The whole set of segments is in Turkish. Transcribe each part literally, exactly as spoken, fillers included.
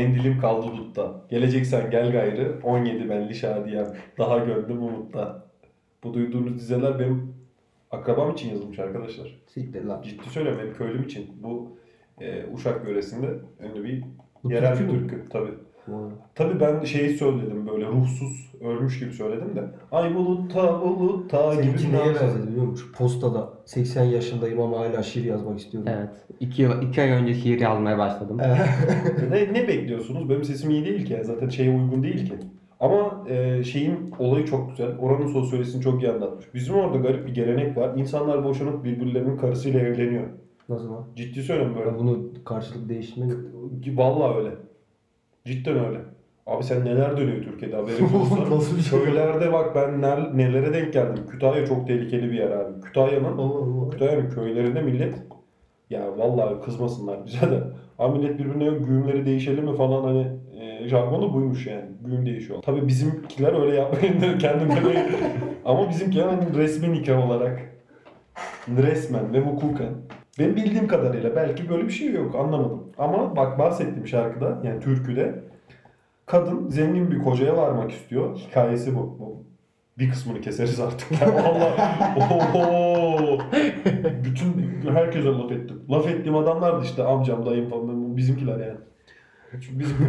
mendilim kaldı dutta. Geleceksen gel gayrı, on yedi benli şadiyem. Daha gönlüm umutta. Bu duyduğunuz dizeler benim akrabam için yazılmış arkadaşlar. Siktir lan. Ciddi söylüyorum, benim köylüm için. Bu e, Uşak yöresinde ünlü bir Bu yerel türkü bir mü? türkü. Tabii. Vay. Tabii ben şeyi söyledim, böyle ruhsuz, ölmüş gibi söyledim de. Ay bulutta bulutta gibi. Seninki neye dans- benzedi biliyor musun? Şu postada seksen yaşındayım ama hala şiir yazmak istiyorum. Evet. İki, yıl- iki ay önce şiir yazmaya başladım. ne, ne bekliyorsunuz? Benim sesim iyi değil ki. Yani. Zaten şeye uygun değil ki. Ama e, şeyin olayı çok güzel. Oranın sosyolojisini çok iyi anlatmış. Bizim orada garip bir gelenek var. İnsanlar boşanıp birbirlerinin karısıyla evleniyor. Nasıl lan? Ciddi söylüyorum böyle. Ben bunu karşılık değiştirmek... Vallahi öyle. Cidden öyle. Abi sen neler dönüyor Türkiye'de haberin olsa. Nasıl bir şey? Köylerde bak ben ner- nelere denk geldim. Kütahya çok tehlikeli bir yer abi. Kütahya'nın Allah Allah. Kütahya'nın köylerinde millet, ya vallahi kızmasınlar bize de. Abi millet birbirine güğümleri değişelim mi falan, hani e, jargonu buymuş yani. Güğüm değişiyor. Tabii bizimkiler öyle yapmayın da kendileri. Ama bizimkiler hani resmi nikah olarak, resmen ve hukuken. Benim bildiğim kadarıyla belki böyle bir şey yok, anlamadım. Ama bak bahsettiğim şarkıda, yani türküde, kadın zengin bir kocaya varmak istiyor. Hikayesi bu. bu. Bir kısmını keseriz artık. Yani vallahi oho, bütün herkese laf ettim. Laf ettiğim adamlar da işte amcam, dayım falan, bizimkiler yani. Çünkü bizim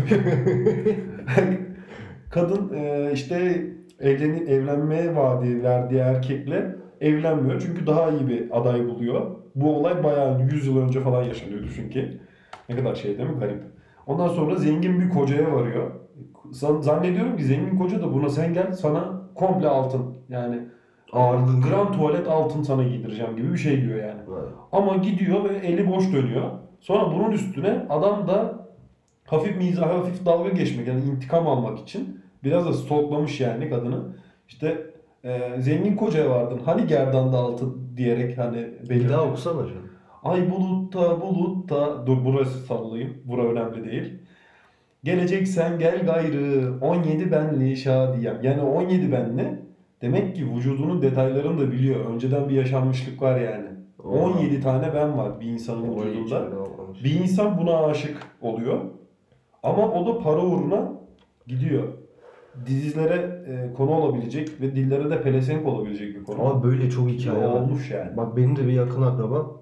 kadın e, işte evlen evlenmeye vaadi verdiği erkekle evlenmiyor. Çünkü daha iyi bir aday buluyor. Bu olay bayağı yüz yıl önce falan yaşanıyor, düşün ki. Ne kadar şey değil mi? Garip. Ondan sonra zengin bir kocaya varıyor. Zannediyorum ki zengin koca da buna sen gel sana komple altın, yani Ağırlığı. grand tuvalet altın sana giydireceğim gibi bir şey diyor yani. Vay. Ama gidiyor ve eli boş dönüyor. Sonra bunun üstüne adam da hafif mizah, hafif dalga geçmek, yani intikam almak için biraz da stalklamış yani kadını. İşte e, zengin kocaya vardın hani gerdanda altın diyerek hani Bir belirtti. daha okusana canım. Ay bulutta bulutta, dur burası sallayayım, bura önemli değil. Geleceksen gel gayrı, on yedi benli şadiyem. Yani on yedi benli demek ki vücudunun detaylarını da biliyor. Önceden bir yaşanmışlık var yani. on yedi tane ben var bir insanın Vay vücudunda. içeri almamış. Bir insan buna aşık oluyor. Ama o da para uğruna gidiyor. Dizilere e, konu olabilecek ve dillere de pelesenk olabilecek bir konu. Ama böyle çok hikaye var. Olmuş yani. Bak benim de bir yakın akrabam.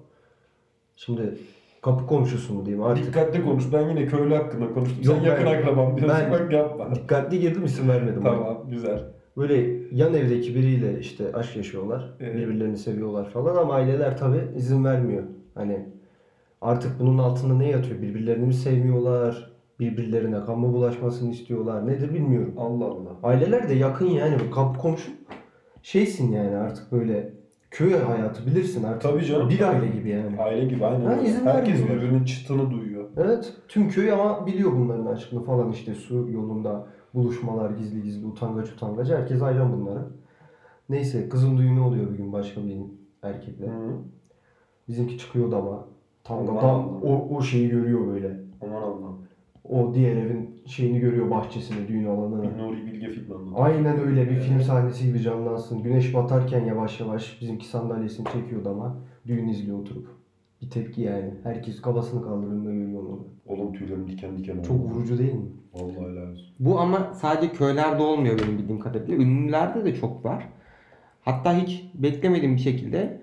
Şimdi kapı komşusu mu diyeyim artık. Dikkatli konuş. Ben yine köylü hakkında konuştum. Yok, Sen yakın ben- akrabam diyorsun. ben- Bak yapma. Dikkatli girdim, isim vermedim. bak. Tamam, güzel. Böyle yan evdeki biriyle işte aşk yaşıyorlar. Evet. Birbirlerini seviyorlar falan ama aileler tabi izin vermiyor. Hani artık bunun altında ne yatıyor? Birbirlerini mi sevmiyorlar? Birbirlerine kan mı bulaşmasını istiyorlar? Nedir bilmiyorum. Allah Allah. Aileler de yakın yani. Bu kapı komşu şeysin yani artık böyle köy hayatı bilirsin artık. Tabii canım. Bir aile gibi yani. Aile gibi aynen. Ha, öyle. izin Herkes vermiyorlar. birbirinin çıtını duyuyor. Evet. Tüm köy ama biliyor bunların aşkını falan, işte su yolunda buluşmalar gizli gizli, utangaç utangaç. Herkes hayran bunlara. Neyse kızın düğünü oluyor bir gün başka bir erkekle. Hı. Bizimki çıkıyor dama. Tam da Aman tam Allah'ım. o, o şeyi görüyor böyle. Aman Allah'ım. O diğer evin şeyini görüyor, bahçesini, düğün alanını. Bir Nuri Bilge filmi. Aynen öyle bir Evet. film sahnesi gibi canlansın. Güneş batarken yavaş yavaş bizimki sandalyesini çekiyor dama. Düğün izliyor oturup. Bir tepki yani. Herkes kafasını kaldırdığında görüyor onu. Oğlum tüylerim diken diken oldu. Çok vurucu değil mi? Vallahi helal olsun. Bu ama sadece köylerde olmuyor benim bildiğim kadarıyla. Ünlülerde de çok var. Hatta hiç beklemediğim bir şekilde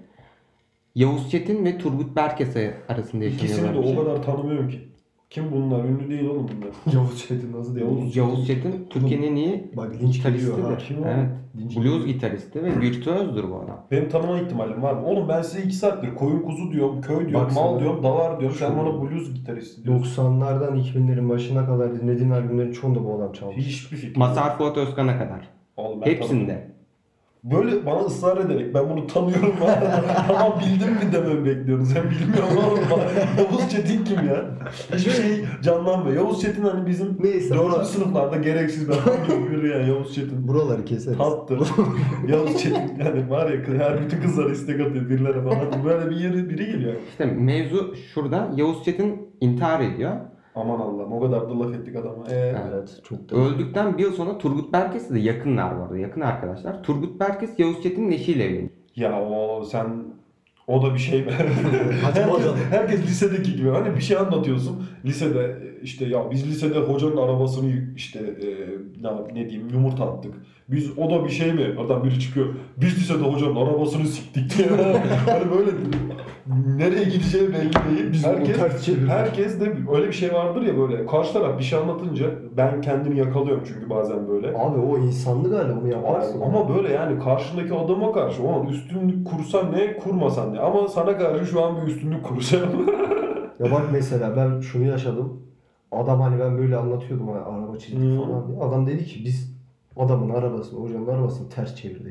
Yavuz Çetin ve Turgut Berkes arasında İkisini de yaşanıyorlar. bir şey. o kadar tanımıyorum ki. Kim bunlar? Ünlü değil oğlum bunlar. Yavuz Çetin nasıl diyor? Yavuz- Yavuz Çetin Türkiye'nin en iyi Bak linç geliyor ha. gitaristidir. Kim o? Evet. Linç Blues geliyor. gitaristi ve virtüözdür bu adam. Benim tanıma ihtimalim var mı? Oğlum ben size iki saattir koyun kuzu diyorum, köy diyorum, Baksana. mal diyorum, davar diyorum. Sen Şu- bana blues gitaristi diyorsun. doksanlardan iki binlerin başına kadar dinlediğin albümlerin çoğunda bu adam çalmış. Hiçbir fikrim yok. Mazhar Fuat Özkan'a kadar. Oğlum ben tanımıyorum. Hepsinde. Böyle bana ısrar ederek ben bunu tanıyorum bana. Tamam bildim mi dememi bekliyorsunuz. Sen bilmiyorum oğlum. Yavuz Çetin kim ya? Hiçbir şey canlanmıyor. Yavuz Çetin hani bizim Neyse, dördüncü bura- sınıflarda gereksiz bir adam gibi biri ya Yavuz Çetin. Buraları keseriz. Tattır. Yavuz Çetin yani var ya her bütün kızlara istek atıyor birileri falan. Böyle bir yeri biri geliyor. İşte mevzu şurada. Yavuz Çetin intihar ediyor. Aman Allah'ım o kadar da laf ettik adama. Ee, Evet çok da. Öldükten bir yıl sonra Turgut Berkes'le de yakınlar bu arada. Yakın arkadaşlar. Turgut Berkes Yavuz Çetin'in eşiyle evleniyor. Ya o sen o da bir şey mi? Hadi herkes, bakalım. herkes lisedeki gibi. Hani bir şey anlatıyorsun. Lisede işte ya biz lisede hocanın arabasını işte e, ne, ne diyeyim yumurta attık. Biz o da bir şey mi? Oradan biri çıkıyor. Biz lisede hocanın arabasını siktik diye. Hani böyle nereye gideceği belli değil. Biz bunu herkes, ters çevirdik. herkes de öyle bir şey vardır ya böyle. Karşı taraf bir şey anlatınca ben kendimi yakalıyorum çünkü bazen böyle. Abi o insanlık hali onu yaparsın. Ama böyle yani karşındaki adama karşı o an üstünlük kursan ne, kurmasan ne. Ama sana karşı şu an bir üstünlük kuracağım. Ya bak mesela ben şunu yaşadım. Adam hani ben böyle anlatıyordum hani araba çizdik Hmm. falan diye. Adam dedi ki biz adamın arabasını, hocanın arabasını ters çevirdik.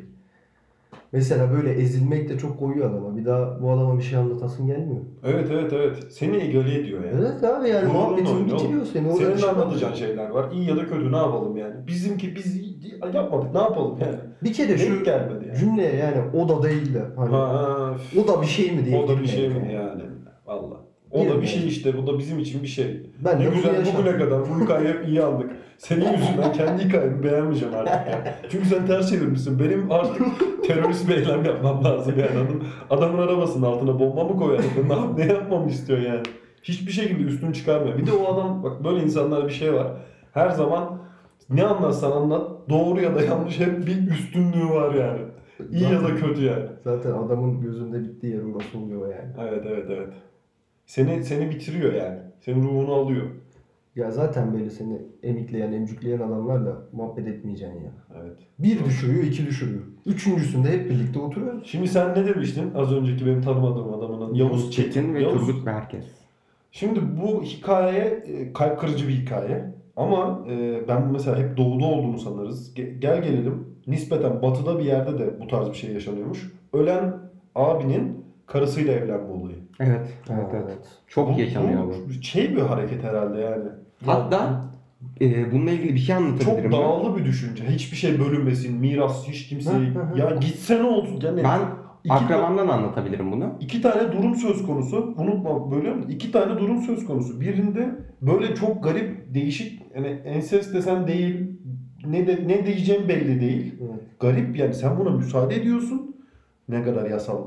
Mesela böyle ezilmek de çok koyuyor adama. Bir daha bu adama bir şey anlatasın gelmiyor. Evet evet evet. Seni egale ediyor yani. Evet abi yani Gururun muhabbetini oynuyor bitiriyor oğlum. seni. Oraya Senin dışarı anlatacağın atıyor. şeyler var. İyi ya da kötü ne yapalım yani. Bizimki biz yapmadık ne yapalım yani. Bir kere şu Denk gelmedi yani. cümleye yani o da değil de hani Ha, o da bir şey mi diye o da bir girmeyin şey mi yani. yani. Valla. O Değil da mi bir şey yani? işte. Bu da bizim için bir şey. Ben Ne de bunu güzel yaşadım. bugüne kadar bu hikayeyi hep iyi aldık. Senin yüzünden kendi hikayemi beğenmeyeceğim artık ya. Çünkü sen ters çevirmişsin. Benim artık terörist bir eylem yapmam lazım yani. Adam, adamın arabasının altına bomba mı koyalım? Ne, yap- ne yapmamı istiyor yani? Hiçbir şekilde üstünü çıkarmıyor. Bir de o adam, bak böyle insanlarda bir şey var. Her zaman ne anlatsan anlat, doğru ya da yanlış hep bir üstünlüğü var yani. İyi ya da kötü yani. Zaten adamın gözünde bittiği yer orası oluyor yani. Evet evet evet. Seni seni bitiriyor yani. Senin ruhunu alıyor. Ya zaten böyle seni emikleyen, emcükleyen adamlarla muhabbet etmeyeceksin ya. Evet. Bir düşürüyor, iki düşürüyor. Üçüncüsünde hep birlikte oturuyoruz. Şimdi sen ne demiştin az önceki benim tanımadığım adamın? Yavuz Çetin ve Yavuz. Turgut Berkes. Şimdi bu hikaye e, kalp kırıcı bir hikaye. Ama e, ben mesela hep doğuda olduğunu sanırız. Ge- gel gelelim nispeten batıda bir yerde de bu tarz bir şey yaşanıyormuş. Ölen abinin karısıyla evlenme olayı. Evet, evet, Ha, evet. Çok Bu- yaşanıyor bu. bu şey bir hareket herhalde yani. Hatta e, bununla ilgili bir şey anlatabilirim. çok ben. dağlı bir düşünce. Hiçbir şey bölünmesin, miras hiç kimseye... Hı, hı, hı. ya gitse ne olsun? Yani Ben iki, akrabamdan anlatabilirim bunu. iki tane durum söz konusu. Unutma bölüyorum. İki tane durum söz konusu. Birinde böyle çok garip, değişik, yani ensest desen değil, ne de ne diyeceğim belli değil. Evet. Garip yani sen buna müsaade ediyorsun. Ne kadar yasal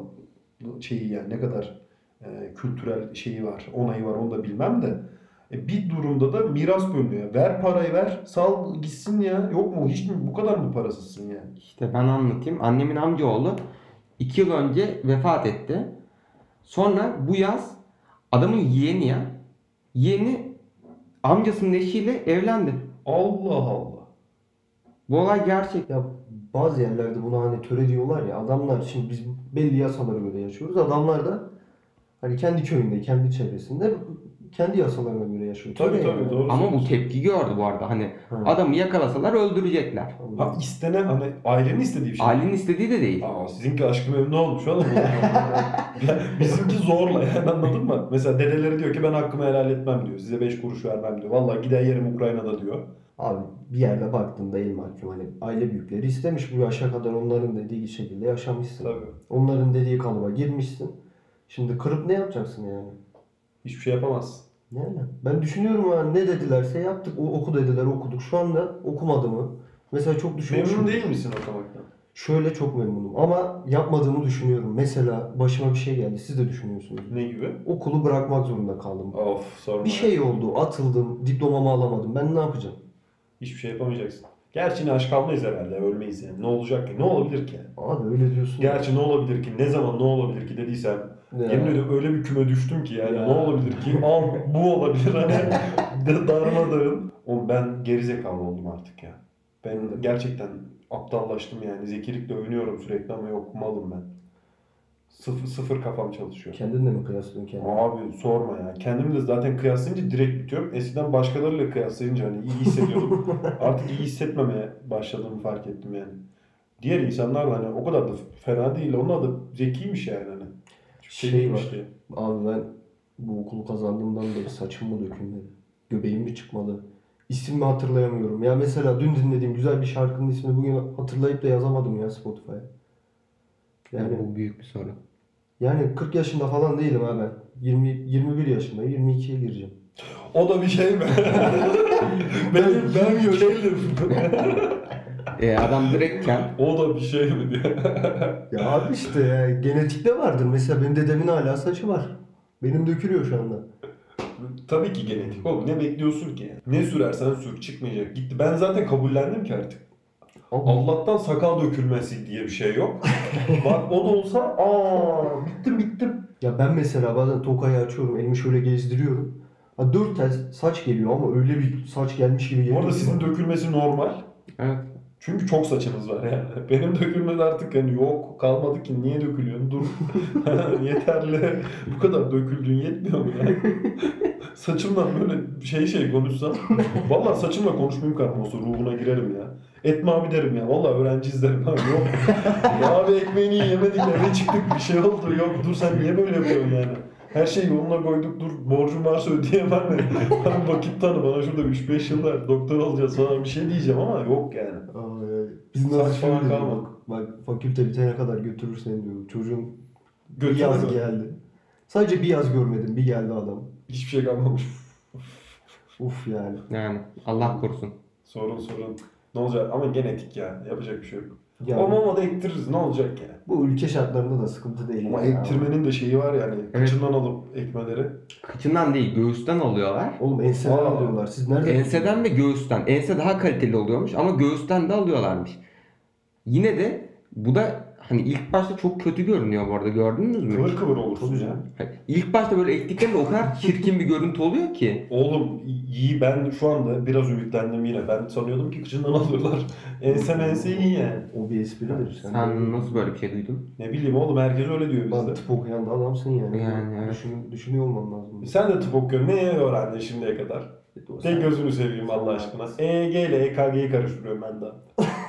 şeyi yani ne kadar e, kültürel şeyi var, onayı var onu da bilmem de. E, bir durumda da miras bölünüyor. Ver parayı ver, sal gitsin ya. Yok mu? Hiç mi bu kadar mı parasızsın yani? İşte ben anlatayım. Annemin amcaoğlu iki yıl önce vefat etti. Sonra bu yaz adamın yeğeni ya. Yeğeni amcasının eşiyle evlendi. Allah Allah. Bu olay gerçek. Ya bazı yerlerde buna hani töre diyorlar ya adamlar şimdi biz belli yasalara göre yaşıyoruz. Adamlar da hani kendi köyünde, kendi çevresinde kendi yasalarına göre yaşıyor. Tabii, Töre tabii, yani. doğru. Ama bu tepki gördü bu arada. Hani Hı. adamı yakalasalar öldürecekler. Ha istenen hani ailenin istediği bir şey. Ailenin istediği de değil. Aa, sizinki aşkı memnun olmuş oğlum. Ya, bizimki zorla yani anladın mı? Mesela dedeleri diyor ki ben hakkımı helal etmem diyor. Size beş kuruş vermem diyor. Vallahi gider yerim Ukrayna'da diyor. Abi bir yerde baktığında el mahkum hani aile büyükleri istemiş bu yaşa kadar onların dediği şekilde yaşamışsın. Tabii. Onların dediği kalıba girmişsin. Şimdi kırıp ne yapacaksın yani? Hiçbir şey yapamazsın. Yani ben düşünüyorum ha ne dedilerse yaptık. O, oku dediler okuduk. Şu anda okumadığımı mesela çok düşünmüşüm. Memnun değil misin okumaktan? Şöyle çok memnunum ama yapmadığımı düşünüyorum. Mesela başıma bir şey geldi. Siz de düşünüyorsunuz. Ne gibi? Okulu bırakmak zorunda kaldım. Of sorma. Bir şey oldu. Atıldım. Diplomamı alamadım. Ben ne yapacağım? Hiçbir şey yapamayacaksın. Gerçi yine aşk kalmayız herhalde. Ölmeyiz yani. Ne olacak ki? Ne olabilir ki? Abi öyle diyorsun. Gerçi ne olabilir ki? Ne zaman ne olabilir ki dediysem. Ya. Yemin ediyorum öyle bir küme düştüm ki yani. Ya. Ne olabilir ki? Al bu olabilir hani. De- Darmadağın. Oğlum ben gerizekalı oldum artık ya. Ben gerçekten aptallaştım yani. Zekilikle övünüyorum sürekli ama yok malım ben. Sıfır, sıfır kafam çalışıyor. Kendinle mi kıyaslıyorsun kendini? Abi sorma ya. Kendimle zaten kıyaslayınca direkt bitiyorum. Eskiden başkalarıyla kıyaslayınca hani iyi hissediyordum. Artık iyi hissetmemeye başladığımı fark ettim yani. Diğer insanlar da hani o kadar da fena değil. Onlar da zekiymiş yani hani. Şey Şeymiş var. diye. Abi ben bu okulu kazandığımdan beri saçım mı dökülmedi? Göbeğim mi çıkmadı? İsim mi hatırlayamıyorum. Ya mesela dün dinlediğim güzel bir şarkının ismini bugün hatırlayıp da yazamadım ya Spotify'a. Yani Yani bu büyük bir sorun. yani kırk yaşında falan değilim ha ben. yirmi yirmi bir yaşındayım. yirmi ikiye gireceğim. O da bir şey mi? Benim ben bir şeydim. E, adam direktken O da bir şey mi diye. Ya abi işte ya, genetikte vardır. Mesela benim dedemin hala saçı var. Benim dökülüyor şu anda. Tabii ki genetik oğlum. Ne bekliyorsun ki? Ne sürersen sür çıkmayacak. Gitti. Ben zaten kabullendim ki artık. Ama Allah'tan sakal dökülmesi diye bir şey yok. Bak o da olsa aa bittim bittim. ya ben mesela bazen tokayı açıyorum, elimi şöyle gezdiriyorum. Ha, dört tel saç geliyor ama öyle bir saç gelmiş gibi Bu geliyor. arada ki sizin bana. dökülmesi normal. Evet. Çünkü çok saçınız var yani. Benim dökülmesi artık hani yok kalmadı ki niye dökülüyorsun dur. Yeterli. Bu kadar döküldüğün yetmiyor mu ya? Saçımdan böyle şey şey konuşsam. Vallahi saçımla konuşmayayım karım olsa ruhuna girerim ya. Etme abi derim ya. Vallahi öğrenciyiz derim. Ha, yok. Ya abi ekmeğini yemedik eve çıktık bir şey oldu. Yok dur sen niye böyle yapıyorsun yani? Her şeyi yoluna koyduk dur borcum varsa ödeyemem mi? Hani vakit tanı bana şurada üç beş yıl ver doktor alacağız falan bir şey diyeceğim ama yok yani. Aa, biz Saç nasıl falan şöyle kalmadı. bak, bak fakülte bitene kadar götürür seni diyorum. Çocuğun bir Götürür yaz mü? geldi. Sadece bir yaz görmedim, bir geldi adam. Hiçbir şey kalmamış. Uf yani. Yani Allah korusun. Sorun sorun. Ne olacak? Ama genetik ya. Yapacak bir şey yok. Ya, Olmama da ektiririz. Ne olacak ya? bu ülke şartlarında da sıkıntı değil. Ama yani. ektirmenin de şeyi var yani. Evet. Kıçından alıp ekmeleri. Kıçından değil göğüsten alıyorlar. Oğlum enseden Aa. alıyorlar. Siz nerede? Enseden ve göğüsten. Ense daha kaliteli oluyormuş ama göğüsten de alıyorlarmış. Yine de bu da hani ilk başta çok kötü görünüyor bu arada gördünüz mü? Kıvır kıvır olursun Tabii ya. canım. Hani İlk başta böyle ektiklerinde o kadar çirkin bir görüntü oluyor ki. Oğlum iyi ben şu anda biraz ümitlendim yine. Ben sanıyordum ki kıçından alıyorlar. Ense mense iyi yani. O bir espridir. Sen nasıl böyle bir şey duydun? Ne bileyim oğlum herkes öyle diyor Lan bizde. tıp okuyan da adamsın yani. Yani evet. Düşün, düşünüyor olman lazım. Sen de tıp okuyorsun. Ne öğrendin şimdiye kadar? De gözünü seveyim Allah aşkına. E E G ile E K G'yi karıştırıyorum ben daha.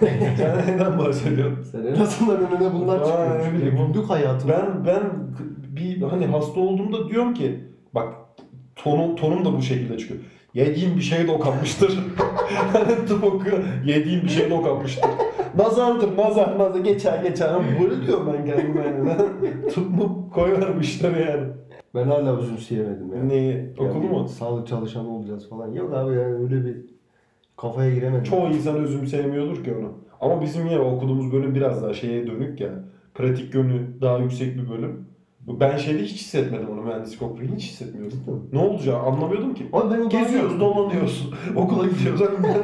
Sen neden bahsediyorsun? Sen en azından önüne bunlar Aa, çıkıyor. ne bileyim. Günlük hayatında. Ben ben bir hani hasta olduğumda diyorum ki bak tonum tonum da bu şekilde çıkıyor. Yediğim bir şey dokanmıştır. Hani tıp okuyor. Yediğim bir şey dokanmıştır. Nazardır nazar nazar geçer geçer. Ama böyle diyorum ben kendime yani. Tıp mı koyarmışlar yani. Ben hala özümseyemedim ya. Neyi? Ya Okulu bir mu? Sağlık çalışanı olacağız falan. Yok abi yani öyle bir kafaya giremedim. Çoğu insan özümseyemiyordur ki onu. Ama bizim yine okuduğumuz bölüm biraz daha şeye dönük ya. Pratik yönü daha yüksek bir bölüm. Ben şeyde hiç hissetmedim onu mühendislik okurken hiç hissetmiyordum. Ne olacağı anlamıyordum ki. Abi ben o Geziyoruz, dolanıyoruz. Okula gidiyoruz.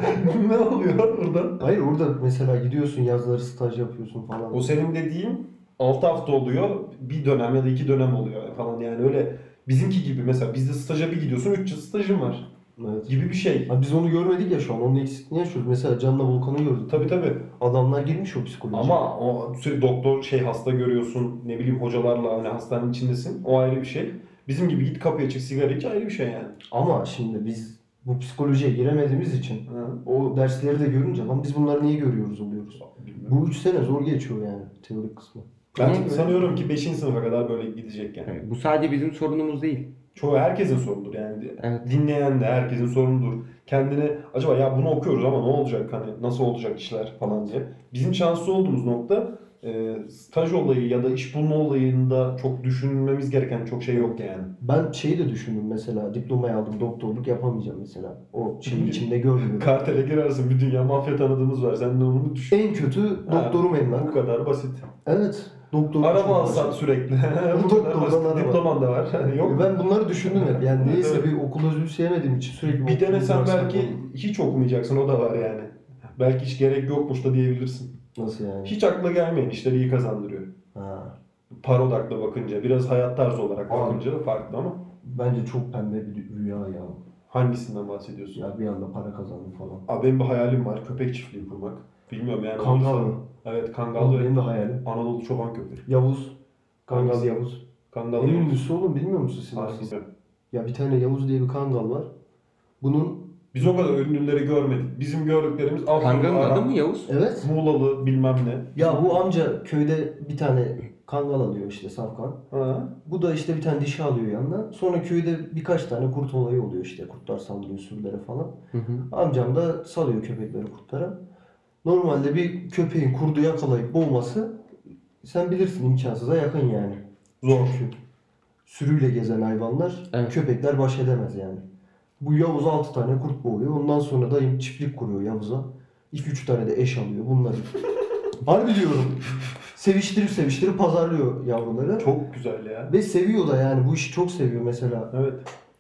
Ne oluyor burada? Hayır orada mesela gidiyorsun yazları staj yapıyorsun falan. O senin dediğin altı hafta oluyor, bir dönem ya da iki dönem oluyor falan yani öyle bizimki gibi mesela bizde staja bir gidiyorsun üç yıl stajın var Evet. gibi bir şey. Abi biz onu görmedik ya şu an. Onun eksikliğini yaşıyoruz. Mesela Can'la Volkan'ı gördük. Tabii tabii. Adamlar girmiş o psikolojiye. Ama o sürekli doktor şey hasta görüyorsun ne bileyim hocalarla hani hastanenin içindesin o ayrı bir şey. Bizim gibi git kapıya çık sigara iç ayrı bir şey yani. Ama şimdi biz bu psikolojiye giremediğimiz için Hı. o dersleri de görünce lan biz bunları niye görüyoruz oluyoruz. Bilmiyorum. Bu üç sene zor geçiyor yani teorik kısmı. Ben Hı. sanıyorum ki beşinci sınıfa kadar böyle gidecek yani. Yani bu sadece bizim sorunumuz değil. Çoğu herkesin sorunudur yani. Evet. Dinleyen de herkesin sorunudur. Kendine acaba ya bunu okuyoruz ama ne olacak hani nasıl olacak işler falan diye. Bizim şanslı olduğumuz nokta e, staj olayı ya da iş bulma olayında çok düşünmemiz gereken çok şey yok yani. Ben şeyi de düşündüm mesela diplomayı aldım doktorluk yapamayacağım mesela. O şeyi içimde görmedim. Kartele girersin bir dünya mafya tanıdığımız var sen de onu mu düşün? En kötü doktorum Bu emlak. kadar basit. Evet. Doktor. Araba alsan sürekli. Bu kadar Doktordan basit. araba. Diploman da var. Yok. Ben bunları düşündüm hep. Yani neyse Evet. bir okul özümseyemediğim için sürekli Bir okul denesen dersi belki yapalım. hiç okumayacaksın o da var yani. Belki hiç gerek yokmuş da diyebilirsin. Nasıl yani? Hiç akla gelmeyen işleri iyi kazandırıyor. Ha. Para odaklı bakınca, biraz hayat tarzı olarak Abi. bakınca da farklı ama Bence çok pembe bir rüya ya. hangisinden bahsediyorsun? Ya bir anda para kazandım falan. Abi benim bir hayalim var, köpek çiftliği kurmak. Bilmiyorum yani. Kangal olursa- mı? Evet, kangal Vallahi ve benim de hayalim. Anadolu çoban köpeği. Yavuz. Kangal Hangisi? Yavuz. Kangal En Yavuz. ünlüsü oğlum bilmiyor musun Sivas'ta? Hangisi? Ya bir tane Yavuz diye bir kangal var. Bunun Biz o kadar ünlüleri görmedik. Bizim gördüklerimiz Afyon, Kangal'ın adı Arap, mı Yavuz? evet. Muğlalı bilmem ne. Ya bu amca köyde bir tane kangal alıyor işte safkan. Ha. Bu da işte bir tane dişi alıyor yanına. Sonra köyde birkaç tane kurt olayı oluyor işte. Kurtlar saldırıyor sürülere falan. Hı hı. Amcam da salıyor köpekleri kurtlara. Normalde bir köpeğin kurdu yakalayıp boğması sen bilirsin imkansıza yakın yani. Zor. Çünkü sürüyle gezen hayvanlar Evet. köpekler baş edemez yani. Bu Yavuz altı tane kurt boğuyor. Ondan sonra dayım çiftlik kuruyor Yavuz'a. iki üç tane de eş alıyor bunları. Harbi diyorum. Seviştirip seviştirip pazarlıyor yavruları. Çok güzel ya. Ve seviyor da yani bu işi çok seviyor mesela. Evet.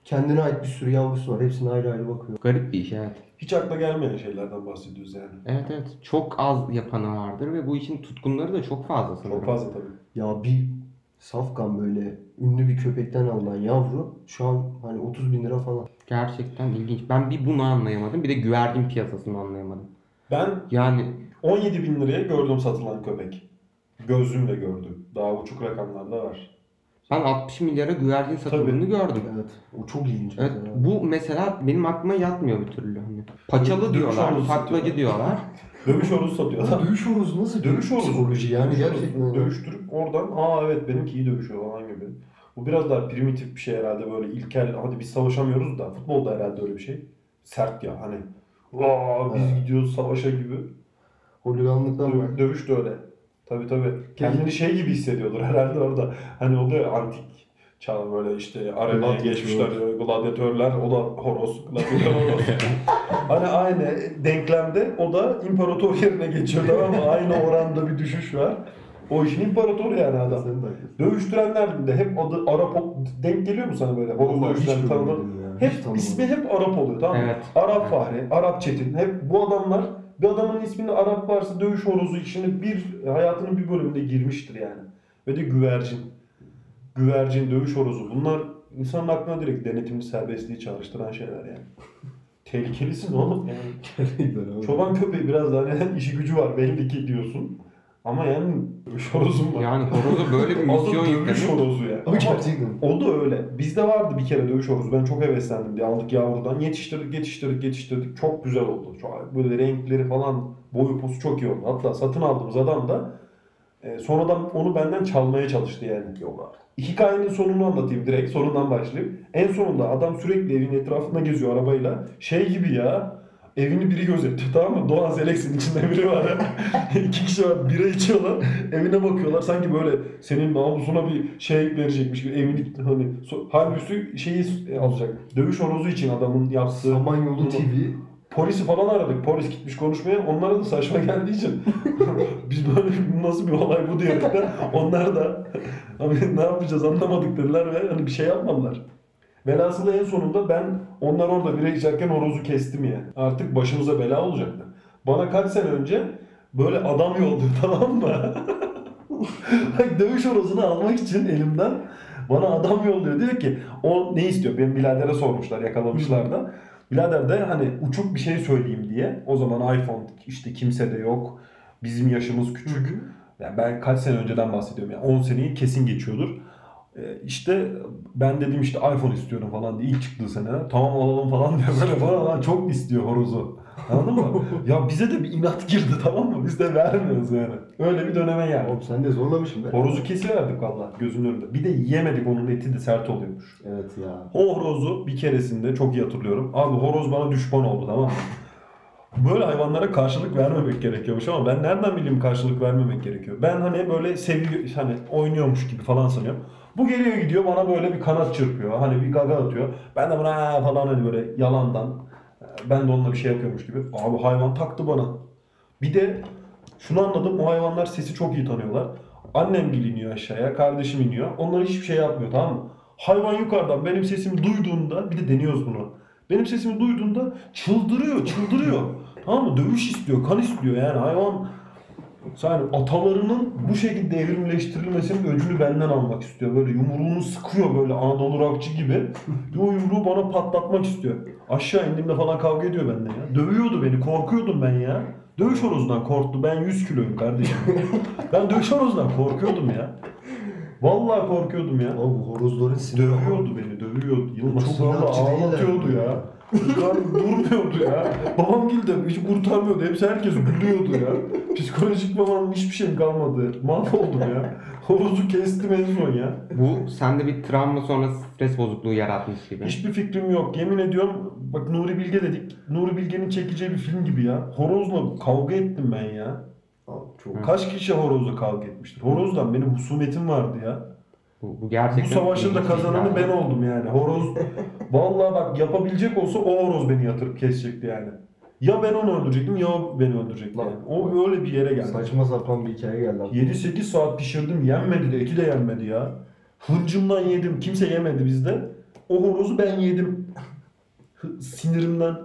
Kendine ait bir sürü yavrusu var. Hepsine ayrı ayrı bakıyor. Garip bir iş, evet. Hiç akla gelmeyen şeylerden bahsediyoruz yani. Evet evet. Çok az yapanı vardır ve bu işin tutkunları da çok fazla sanırım. Çok fazla tabii. Ya bir safkan böyle ünlü bir köpekten alınan yavru şu an hani otuz bin lira falan. Gerçekten ilginç. Ben bir bunu anlayamadım. Bir de güvercin piyasasını anlayamadım. Ben Yani on yedi bin liraya gördüm satılan köpek. Gözümle gördüm. Daha uçuk rakamlar da var. ben altmış milyara güvercin satıldığını gördüm. Evet. O çok ilginç Evet, mesela. bu mesela benim aklıma yatmıyor bir türlü. Hani paçalı Dövüş diyorlar, horozu taklacı satıyorlar. diyorlar. Dövüş horozu satıyor adam. Dövüş horozu nasıl Dövüş horozu. psikoloji yani Dövüş horozu. gerçekten. Dövüştürüp oradan aa evet benimki iyi dövüşüyor falan gibi. Bu biraz daha primitif bir şey herhalde, böyle ilkel, hadi biz savaşamıyoruz da futbolda herhalde öyle bir şey. Sert ya hani. Aa biz Evet. gidiyoruz savaşa gibi. Holiganlıktan var. Dö- dövüş de öyle. Tabii tabii. Kendini şey gibi hissediyordur herhalde orada. Hani oluyor ya, antik çağ böyle işte arenaya Gladyatör. geçmişler, gladyatörler, o da horoz, gladyatör horoz. Hani aynı denklemde o da imparator yerine geçiyor, tamam mı? Aynı oranda bir düşüş var. O işin imparatoru yani adam. Sen de haklısın. Dövüştürenler de hep adı Arap ol- denk geliyor mu sana böyle? Horoz Vallahi hiç dövüştüren tanıdığın. görmedim ya. Hiç Hep tanımadım. ismi hep Arap oluyor, tamam mı? Evet. Arap Fahri, Arap Çetin. Hep bu adamlar, bir adamın isminde Arap varsa dövüş horozu içine bir hayatının bir bölümünde girmiştir yani. Ve de güvercin. Güvercin, dövüş horozu. Bunlar insanın aklına direkt denetimli serbestliği çağrıştıran şeyler yani. Tehlikelisin oğlum yani. Gerçekten abi. Çoban köpeği biraz daha neden işi gücü var belli ki diyorsun. Ama yani dövüş horozum var. Yani horoza böyle bir Adı misyon dövüş yüklemek. horozu ya. Ama Ama gerçekten. o da öyle. Bizde vardı bir kere dövüş horozu. Ben çok heveslendim diye aldık yavrudan. Yetiştirdik, yetiştirdik, yetiştirdik. Çok güzel oldu. Çok, böyle renkleri falan, boyu posu çok iyi oldu. Hatta satın aldığımız adam da e, sonradan onu benden çalmaya çalıştı yani. Yok abi. Hikayenin sonunu anlatayım direkt. Sonundan başlayayım. En sonunda adam sürekli evin etrafında geziyor arabayla. Şey gibi ya. Evini biri gözetliyor, tamam mı? Doğan Selex'in içinde biri var. İki kişi var, bira içiyorlar. Evine bakıyorlar. Sanki böyle senin namusuna bir şey verecekmiş gibi. Evini hani so- halbuki şeyi e, alacak. Dövüş horozu için adamın yaptığı. Samanyolu T V. Polisi falan aradık. Polis gitmiş konuşmaya. Onlara da saçma geldiği için biz böyle nasıl bir olay bu diye de onlar da abi ne yapacağız anlamadık dediler ve hani bir şey yapmadılar. Velhasıl en sonunda ben onlar orada bira içerken horozu kestim yani. Artık başımıza bela olacaktı. Bana kaç sene önce böyle adam yolluyor, tamam mı? Dövüş horozunu almak için elimden bana adam yolluyor. Diyor ki o ne istiyor? Benim biradere sormuşlar, yakalamışlar da. Birader de hani uçuk bir şey söyleyeyim diye. O zaman iPhone işte kimse de yok. Bizim yaşımız küçük. Yani ben kaç sene önceden bahsediyorum. Yani on seneyi kesin geçiyordur. Ee, işte ben dedim işte iPhone istiyorum falan diye ilk çıktığı sene. Tamam alalım falan diyor böyle bana lan çok istiyor horozu. Anladın mı? Ya bize de bir inat girdi, tamam mı? Biz de vermiyoruz yani. Öyle bir döneme geldi. Oğlum sen de zorlamışsın be. Horozu kesiverdik valla gözünün önünde. Bir de yiyemedik, onun eti de sert oluyormuş. Evet ya. O horozu bir keresinde çok iyi hatırlıyorum. Abi horoz bana düşman oldu, tamam mı? Böyle hayvanlara karşılık vermemek gerekiyormuş ama ben nereden bileyim karşılık vermemek gerekiyor. Ben hani böyle seviyor, hani oynuyormuş gibi falan sanıyorum. Bu geliyor gidiyor bana böyle bir kanat çırpıyor. Hani bir gaga atıyor. Ben de buna "Aa" falan hani böyle yalandan. Ben de onunla bir şey yapıyormuş gibi. Abi hayvan taktı bana. Bir de şunu anladım, o hayvanlar sesi çok iyi tanıyorlar. Annem gel iniyor aşağıya, kardeşim iniyor. Onlar hiçbir şey yapmıyor, tamam mı? Hayvan yukarıdan benim sesimi duyduğunda, bir de deniyoruz bunu. Benim sesimi duyduğunda çıldırıyor, çıldırıyor. Tamam mı? Dövüş istiyor, kan istiyor yani hayvan. Yani atalarının bu şekilde evrimleştirilmesinin öcünü benden almak istiyor. Böyle yumruğunu sıkıyor böyle Anadolu rockçı gibi. O yumruğu bana patlatmak istiyor. Aşağı indiğimde falan kavga ediyor benden ya. Dövüyordu beni, korkuyordum ben ya. Dövüş horozundan korktu. Ben yüz kiloyum kardeşim. Ben dövüş horozundan korkuyordum ya. Vallahi korkuyordum ya. Abi bu horozların siniri. Dövüyordu beni, dövüyordu. Yılmaz Çok valla inatçı değiller ağlatıyordu mi? ya. Yukarı durmuyordu ya. Babam gildi hiç kurtarmıyordu. Hepsi herkes gülüyordu ya. Psikolojik babanın hiçbir şeyim kalmadı. Mahvoldum ya. Horozu kestim en son ya. Bu sende bir travma sonrası stres bozukluğu yaratmış gibi. Hiçbir fikrim yok. Yemin ediyorum bak Nuri Bilge dedik. Nuri Bilge'nin çekeceği bir film gibi ya. Horozla kavga ettim ben ya. Abi çok. Kaç kişi horozla kavga etmiştir? Horozdan benim husumetim vardı ya. Bu, bu Bu gerçekten savaşın da ilginç bir kazananı hikaye. ben oldum yani. Horoz vallahi bak yapabilecek olsa o horoz beni yatırıp kesecekti yani. Ya ben onu öldürecektim ya o beni öldürecekti yani. O öyle bir yere geldi. Saçma sapan bir hikaye geldi abi. yedi sekiz saat pişirdim yenmedi de eti de yenmedi ya. Hıncımdan yedim kimse yemedi bizde. O horozu ben yedim. Sinirimden.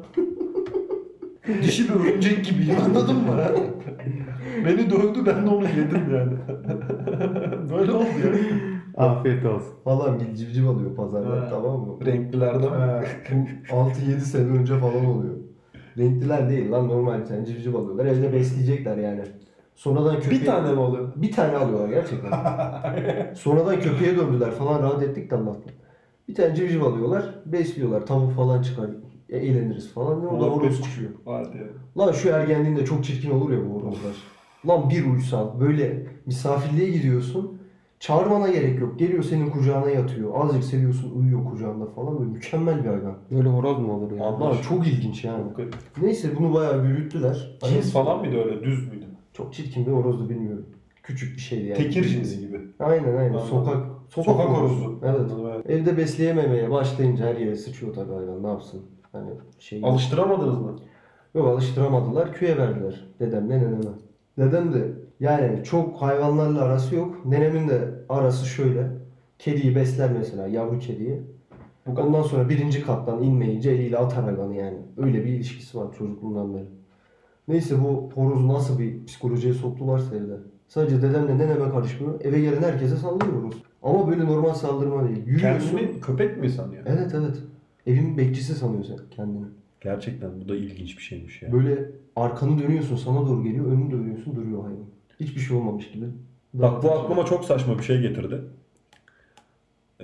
Dişi bir örümcek gibiyim, anladın mı? Beni dövdü, ben de onu yedim yani. Böyle oldu ya. Afiyet olsun. Falan bir civciv alıyor pazardan, Ha. tamam mı? Renklilerden. Ha, bu altı yedi sene önce falan oluyor. Renkliler değil lan, normal bir tane civciv alıyorlar. Evde besleyecekler yani. Sonradan köpeğe... Bir tane mi alıyor? Bir tane alıyorlar gerçekten. Sonradan köpeğe döndüler falan, rahat ettik de Allah'tan. Bir tane civciv alıyorlar, besliyorlar. Tavuk falan çıkar, e- eğleniriz falan. O da horoz çıkıyor. Vardı ya. Lan şu ergenliğinde çok çirkin olur ya bu horozlar. Lan bir uysal, böyle misafirliğe gidiyorsun. Çağırmana gerek yok. Geliyor senin kucağına yatıyor. Azıcık seviyorsun, uyuyor kucağında falan. Böyle mükemmel bir hayvan. Böyle horoz mu olur ya? Allah. Lan çok ilginç yani. Neyse bunu bayağı büyüttüler. Cins falan mıydı öyle? Düz müydü? Çok çirkin bir horozdu, bilmiyorum. Küçük bir şeydi yani. Tekir cinsi gibi. Aynen aynen. Anladım. Sokak sokak, Sokak horozu. horozu. Evet. Anladım, evet. Evde besleyememeye başlayınca her yere sıçıyor tabii hayvan. Ne yapsın? Hani şey. Alıştıramadınız mı? Yok, alıştıramadılar. Köye verdiler. Dedemle neneme. Dedem de yani çok hayvanlarla arası yok. Nenemin de arası şöyle. Kediyi besler mesela, yavru kediyi. Bu kadar. Ondan sonra birinci kattan inmeyince eliyle atar hayvanı yani. Öyle bir ilişkisi var çocukluğundan beri. Neyse bu horozu nasıl bir psikolojiye soktularsa evde. Sadece dedemle neneme karışmıyor. Eve gelen herkese saldırıyor horoz. Ama böyle normal saldırma değil. Yürüyorsun. Kendini köpek mi sanıyor? Evet evet. Evin bekçisi sanıyorsun kendini. Gerçekten bu da ilginç bir şeymiş ya. Böyle arkanı dönüyorsun, sana doğru geliyor. Önünü dönüyorsun, duruyor hayvan. Hiçbir şey olmamış gibi. Bak bu aklıma çok saçma bir şey getirdi. Ee,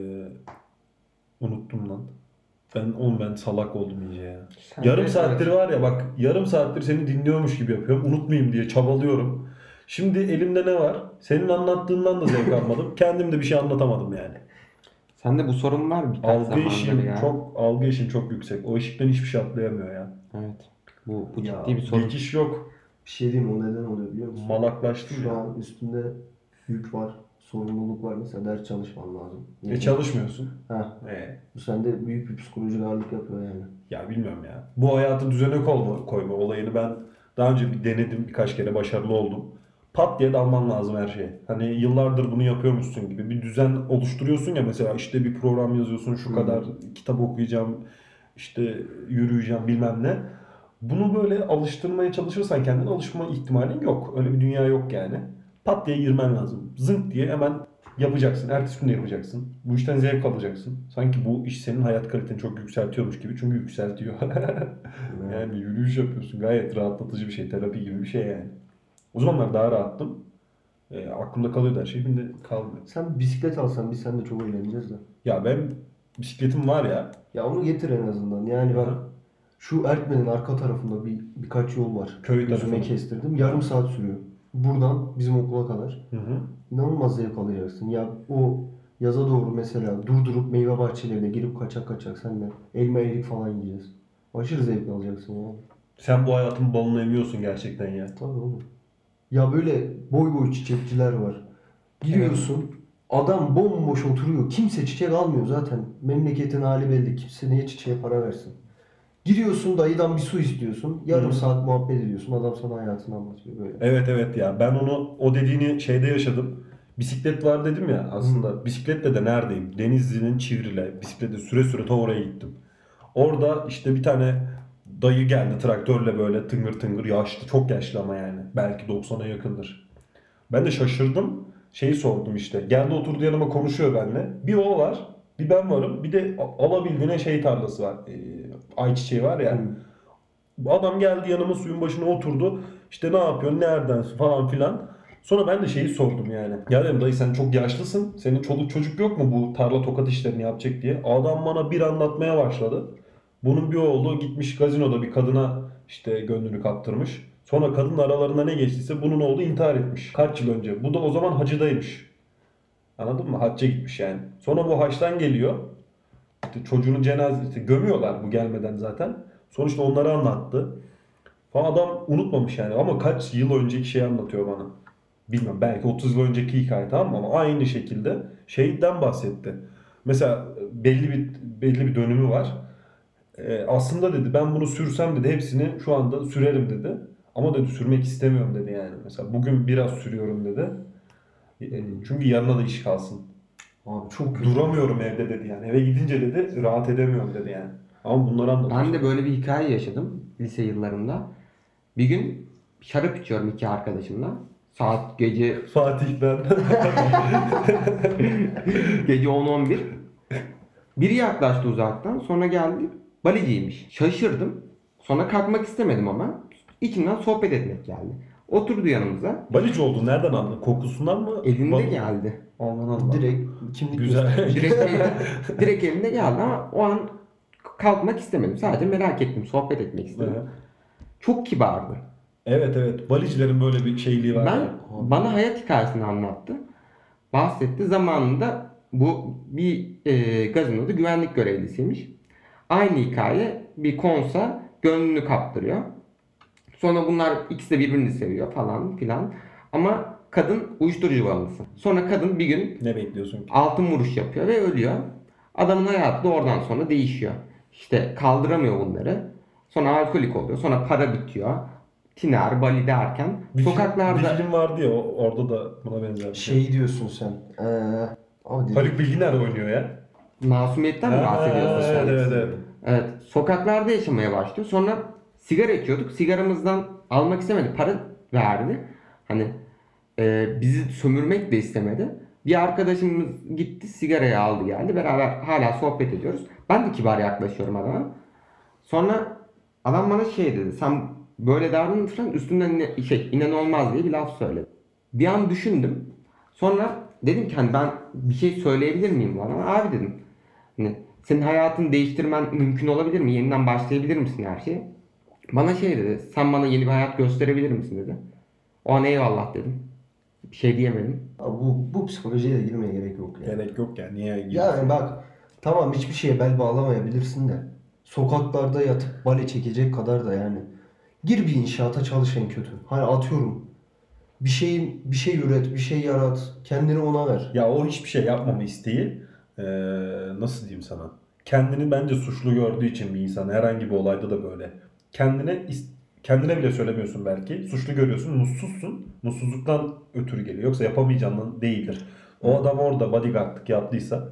unuttum lan. Ben oğlum ben salak oldum iyice ya. Sen Yarım de- saattir var ya bak, yarım saattir seni dinliyormuş gibi yapıyorum. Unutmayayım diye çabalıyorum. Şimdi elimde ne var? Senin anlattığından da zevk almadım. Kendim de bir şey anlatamadım yani. Sende bu sorun var birkaç Algı zamandır işim ya. çok algı işim çok yüksek. O ışıktan hiçbir şey atlayamıyor ya. Evet. Bu, bu Ya, ciddi bir sorun. Dikiş yok. Bir şey diyeyim, o neden oluyor biliyor musun? Malaklaştım Şu ya. an üstünde yük var, sorumluluk var. Mesela ders çalışman lazım. E çalışmıyorsun. Heh, E. bu sende büyük bir psikolojik ağırlık yapıyor yani. Ya bilmiyorum ya. Bu hayatı düzene koyma, koyma olayını ben daha önce bir denedim. Birkaç kere başarılı oldum. Pat diye dalman lazım her şeye. Hani yıllardır bunu yapıyormuşsun gibi bir düzen oluşturuyorsun ya, mesela işte bir program yazıyorsun, şu Hı. kadar kitap okuyacağım, işte yürüyeceğim bilmem ne. Bunu böyle alıştırmaya çalışırsan kendine alışma ihtimalin yok. Öyle bir dünya yok yani. Pat diye girmen lazım. Zınk diye hemen yapacaksın. Ertesi gün de yapacaksın. Bu işten zevk alacaksın. Sanki bu iş senin hayat kaliteni çok yükseltiyormuş gibi. Çünkü yükseltiyor. Yani yürüyüş yapıyorsun. Gayet rahatlatıcı bir şey. Terapi gibi bir şey yani. O zamanlar daha rahattım. E, aklımda kalıyordu her şey. Şimdi kalmıyor. Sen bisiklet alsan biz seninle çok eğleneceğiz de. Ya ben bisikletim var ya. Ya onu getir en azından. Yani ben Hı. şu Erkmen'in arka tarafında bir birkaç yol var. Köy Gözüme tarafında. kestirdim. Yarım saat sürüyor. Buradan bizim okula kadar. Hı hı. İnanılmaz zevk alacaksın. Ya o yaza doğru mesela durdurup meyve bahçelerine girip kaçak kaçak senle elma erik falan yiyeceğiz. Aşırı zevk alacaksın ya. Sen bu hayatın balını emiyorsun gerçekten ya. Tabii oğlum. Ya böyle boy boy çiçekçiler var. Giriyorsun, adam bomboş oturuyor. Kimse çiçek almıyor zaten. Memleketin hali belli. Kimse niye çiçeğe para versin? Giriyorsun, dayıdan bir su istiyorsun. Yarım Hı. saat muhabbet ediyorsun. Adam sana hayatını anlatıyor böyle. Evet evet ya, ben onu, o dediğini şeyde yaşadım. Bisiklet var dedim ya aslında. Bisikletle de neredeyim? Denizli'nin Çivril'e bisiklete süre süre ta oraya gittim. Orada işte bir tane dayı geldi traktörle, böyle tıngır tıngır, yaşlı, çok yaşlı ama yani. Belki doksana yakındır. Ben de şaşırdım. Şeyi sordum işte. Geldi oturdu yanıma, konuşuyor benimle. Bir o var, bir ben varım. Bir de a- alabildiğine şey tarlası var. Ee, ayçiçeği var ya. Hı. Adam geldi yanıma, suyun başına oturdu. İşte ne yapıyorsun, neredensin falan filan. Sonra ben de şeyi sordum yani. Ya dedim, dayı sen çok yaşlısın. Senin çoluk çocuk yok mu bu tarla tokat işlerini yapacak diye. Adam bana bir anlatmaya başladı. Bunun bir oğlu gitmiş gazinoda bir kadına işte gönlünü kaptırmış. Sonra kadının aralarında ne geçtiyse bunun oğlu intihar etmiş. Kaç yıl önce. Bu da o zaman hacıdaymış. Anladın mı? Hacca gitmiş yani. Sonra bu haçtan geliyor. İşte çocuğunun cenazesi, işte gömüyorlar bu gelmeden zaten. Sonuçta onları anlattı. Falan, adam unutmamış yani, ama kaç yıl önceki şeyi anlatıyor bana. Bilmem, belki otuz yıl önceki hikaye, tamam mı? Ama aynı şekilde şehitten bahsetti. Mesela belli bir belli bir dönümü var. Ee, aslında dedi ben bunu sürsem dedi hepsini şu anda sürerim dedi. Ama dedi sürmek istemiyorum dedi yani. Mesela bugün biraz sürüyorum dedi. E, Çünkü yarına da iş kalsın. Abi çok kötü. Duramıyorum evde dedi yani. Eve gidince dedi rahat edemiyorum dedi yani. Ama bunları anlatıyor. Ben de böyle bir hikaye yaşadım lise yıllarında. Bir gün şarap içiyorum iki arkadaşımla. Saat gece Fatih ben. gece on on bir. Biri yaklaştı uzaktan. Sonra geldi. Baliciymiş. Şaşırdım. Sonra kalkmak istemedim ama içimden sohbet etmek geldi. Oturdu yanımıza. Balici oldu nereden anladın? Kokusundan mı? Elinde Bal- geldi. Aman Allah. Direkt kimlik Güzel. Direkt, direkt elinde geldi ama o an kalkmak istemedim. Sadece merak ettim. Sohbet etmek istedim. Evet. Çok kibardı. Evet evet. Balicilerin böyle bir şeyliği var. Ben yani. bana hayat hikayesini anlattı. Bahsetti. Zamanında bu bir e, gazinoda güvenlik görevlisiymiş. Aynı hikaye bir konsa gönlünü kaptırıyor. Sonra bunlar ikisi de birbirini seviyor falan filan. Ama kadın uyuşturucu bağımlısı. Sonra kadın bir gün Ne bekliyorsun ki? altın vuruş yapıyor ve ölüyor. Adamın hayatı da oradan sonra değişiyor. İşte kaldıramıyor bunları. Sonra alkolik oluyor. Sonra para bitiyor. Tiner, Bali derken Bir, sokaklarda... bir film vardı ya o- orada da buna benzer bir şey. Şey diyorsun sen. Eee hadi. Haluk Bilginer oynuyor ya. Masumiyetten mi Ha, bahsediyorsun sen? evet, evet, evet. Evet. Sokaklarda yaşamaya başlıyor. Sonra sigara içiyorduk. Sigaramızdan almak istemedi. Para verdi. Hani e, bizi sömürmek de istemedi. Bir arkadaşımız gitti sigarayı aldı geldi. Beraber hala sohbet ediyoruz. Ben de kibar yaklaşıyorum adama. Sonra adam bana şey dedi. Sen böyle davranırsan üstünden ine- şey inanılmaz diye bir laf söyledi. Bir an düşündüm. Sonra dedim ki hani ben bir şey söyleyebilir miyim bu adama? Abi dedim. Hani senin hayatını değiştirmen mümkün olabilir mi? Yeniden başlayabilir misin her şeyi? Bana şey dedi. Sen bana yeni bir hayat gösterebilir misin dedi. O an eyvallah dedim. Bir şey diyemedim. Abi bu, bu psikolojiye de girmeye gerek yok ya. Gerek yok ya. Niye girsin? Yani bak tamam hiçbir şeye bel bağlamayabilirsin de sokaklarda yatıp bale çekecek kadar da yani gir bir inşaata çalış en kötü. Hani atıyorum bir şeyin bir şey üret, bir şey yarat, kendini ona ver. Ya o hiçbir şey yapmama isteği eee, nasıl diyeyim sana? Kendini bence suçlu gördüğü için bir insan herhangi bir olayda da böyle. Kendine is- kendine bile söylemiyorsun belki. Suçlu görüyorsun, mutsuzsun. Mutsuzluktan ötürü geliyor. Yoksa yapamayacağından değildir. O adam orada bodyguardlık yaptıysa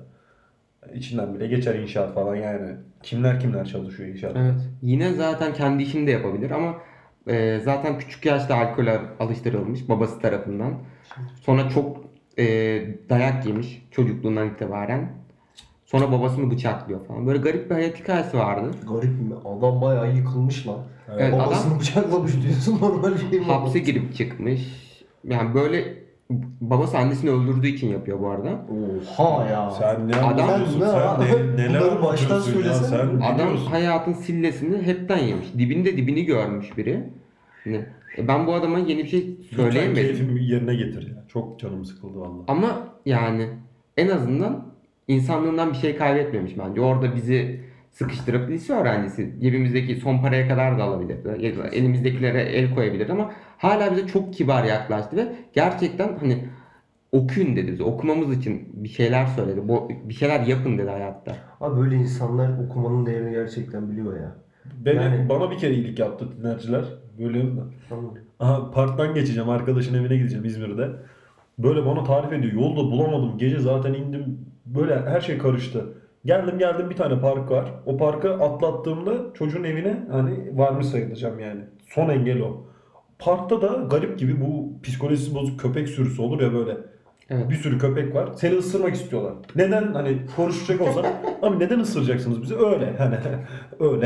içinden bile geçer inşaat falan yani. Kimler kimler çalışıyor inşaat. Evet. Yine zaten kendi işini de yapabilir ama e, zaten küçük yaşta alkole alıştırılmış babası tarafından. Sonra çok e, dayak yemiş çocukluğundan itibaren. Sonra babasını bıçaklıyor falan. Böyle garip bir hayat hikayesi vardı. Garip mi? Adam bayağı yıkılmış lan. Evet, Babasını adam bıçaklamış diyorsun normal şey mi? hapse girip çıkmış. Yani böyle babası annesini öldürdüğü için yapıyor bu arada. Oha ya. Sen ne Adam- anlatıyorsun? Sen ne- Sen ne, neler Bunları baştan anlatıyorsun ya? söylesene. Sen Adam biliyorsun. hayatın sillesini hepten yemiş. Dibinde dibini görmüş biri. Hani, e, ben bu adama yeni bir şey Lütfen söyleyemedim. keyfimi yerine getir ya. Çok canım sıkıldı vallahi. Ama yani en azından insanlığından bir şey kaybetmemiş bence. Orada bizi sıkıştırıp lise öğrencisi cebimizdeki son paraya kadar da alabilirdi. Ya da elimizdekilere el koyabilirdi ama hala bize çok kibar yaklaştı ve gerçekten hani okuyun dedi bize. Okumamız için bir şeyler söyledi. Bu, bir şeyler yapın dedi hayatta. Abi böyle insanlar okumanın değerini gerçekten biliyor ya. Beni, Yani- Bana bir kere iyilik yaptı dinlerciler. Bölüyorum da. Tamam. Aha parktan geçeceğim. Arkadaşın evine gideceğim İzmir'de. Böyle bana tarif ediyor. Yolda bulamadım. Gece zaten indim. Böyle her şey karıştı. Geldim geldim bir tane park var. O parkı atlattığımda çocuğun evine hani varmış sayılacağım yani. Son engel o. Parkta da garip gibi bu psikolojisi bozuk köpek sürüsü olur ya böyle. Evet. Bir sürü köpek var. Seni ısırmak istiyorlar. Neden hani konuşacak olsan abi neden ısıracaksınız bizi? Öyle hani öyle.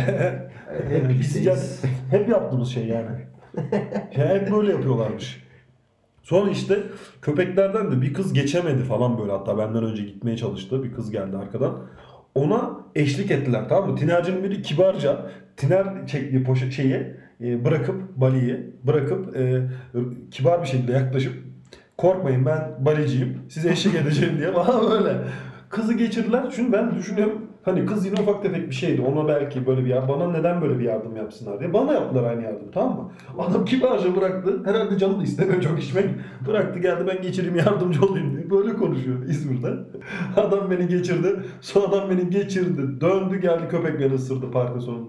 Hep Biz birlikteyiz. yani, hep yaptığımız şey yani. Ya hep böyle yapıyorlarmış. Sonra işte köpeklerden de bir kız geçemedi falan böyle hatta benden önce gitmeye çalıştı. Bir kız geldi arkadan. Ona eşlik ettiler tamam mı? Tinercinin biri kibarca tiner çektiği poşet şeyi e, bırakıp Bali'yi bırakıp e, kibar bir şekilde yaklaşıp korkmayın ben baliciyim size eşlik edeceğim diye bana böyle kızı geçirdiler. Çünkü ben düşünüyorum hani kız yine ufak tefek bir şeydi. Ona belki böyle bir yardım, bana neden böyle bir yardım yapsınlar diye. Bana yaptılar aynı yardım tamam mı? Adam kibarca bıraktı. Herhalde canı da istemiyor çok içmek. Bıraktı geldi ben geçireyim yardımcı olayım diye. Böyle konuşuyor İzmir'de. Adam beni geçirdi. Sonra adam beni geçirdi. Döndü geldi köpek beni ısırdı parkın sonunda.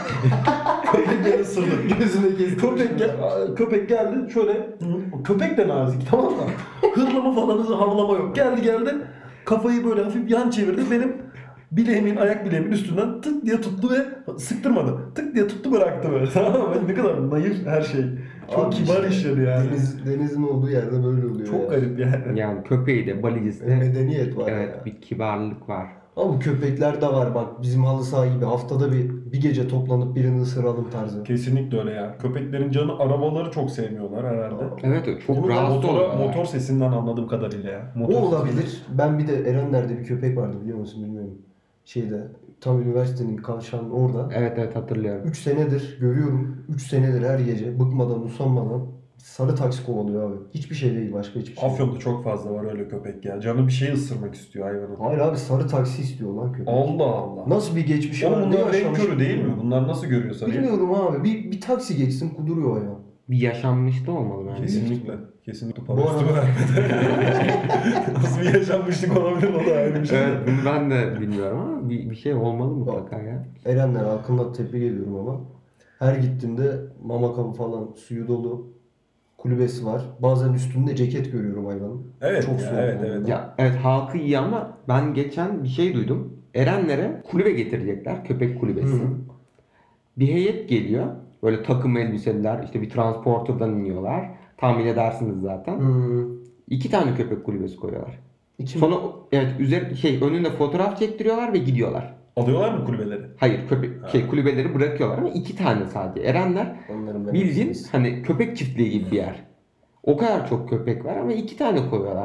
Köpek beni ısırdı. Gözüne kesti. Köpek, gel, köpek geldi şöyle köpek de nazik tamam mı? Hırlama falan hızlı havlama yok. Geldi geldi Kafayı böyle hafif yan çevirdi. Benim bileğimin, ayak bileğimin üstünden tık diye tuttu ve sıktırmadı. Tık diye tuttu bıraktı böyle. Tamam mı? Ne kadar naif her şey. Çok Abi kibar işte, işleri yani. Deniz, denizin olduğu yerde böyle oluyor Çok ya. garip yani. Yani köpeği de balicisi E, de medeniyet var evet ya. bir kibarlık var. Ama köpekler de var bak, bizim halı saha gibi haftada bir bir gece toplanıp birini ısıralım tarzı. Kesinlikle öyle ya. Köpeklerin canı arabaları çok sevmiyorlar herhalde. Evet o çok Bunu da rahatsız motora, oluyorlar. motor sesinden anladığım kadarıyla ya. O Motor sesinden. olabilir. Ben bir de Erenler'de bir köpek vardı, biliyor musun bilmiyorum. Şeyde tam üniversitenin kavşağının orada. Evet evet hatırlıyorum. üç senedir görüyorum. üç senedir her gece bıkmadan usanmadan sarı taksi kovalıyor abi. Hiçbir şey değil, başka hiçbir şey. değil. Afyon'da çok fazla var öyle köpek ya. Canı bir şey ısırmak istiyor hayvanın. Hayır abi, sarı taksi istiyor lan köpek. Allah Allah. Nasıl bir geçmiş Oğlum var, ne bunlar renk yaşamış körü değil mi? bilmiyorum. Bunlar nasıl görüyor sarıyı? Bilmiyorum abi. Bir, bir taksi geçsin kuduruyor ya. Bir yaşanmış da olmalı bence. Kesinlikle. Kesinlikle Bu para üstü arada- vermedi. Nasıl bir yaşanmışlık olabilir o da ayrı bir şey. Evet bunu ben de bilmiyorum ama bir, bir şey olmalı mutlaka ya. Erenler hakkında tebrik ediyorum ama. Her gittiğimde mama kabı falan, suyu dolu, kulübesi var. Bazen üstünde ceket görüyorum hayvanın. Evet Çok ya, soğuk evet, yani. evet. Ya evet halkı iyi ama ben geçen bir şey duydum. Erenlere kulübe getirecekler. Köpek kulübesi. Hı. Bir heyet geliyor. Böyle takım elbiseliler işte bir transporterdan iniyorlar. Tahmin edersiniz zaten. Hmm. İki tane köpek kulübesi koyuyorlar. İki Sonra evet üzeri şey önünde fotoğraf çektiriyorlar ve gidiyorlar. Alıyorlar mı kulübeleri? Hayır köpek şey kulübeleri bırakıyorlar ama iki tane sadece. Erenler Onların ben bildiğin hepsini- hani köpek çiftliği gibi bir yer. O kadar çok köpek var ama iki tane koyuyorlar.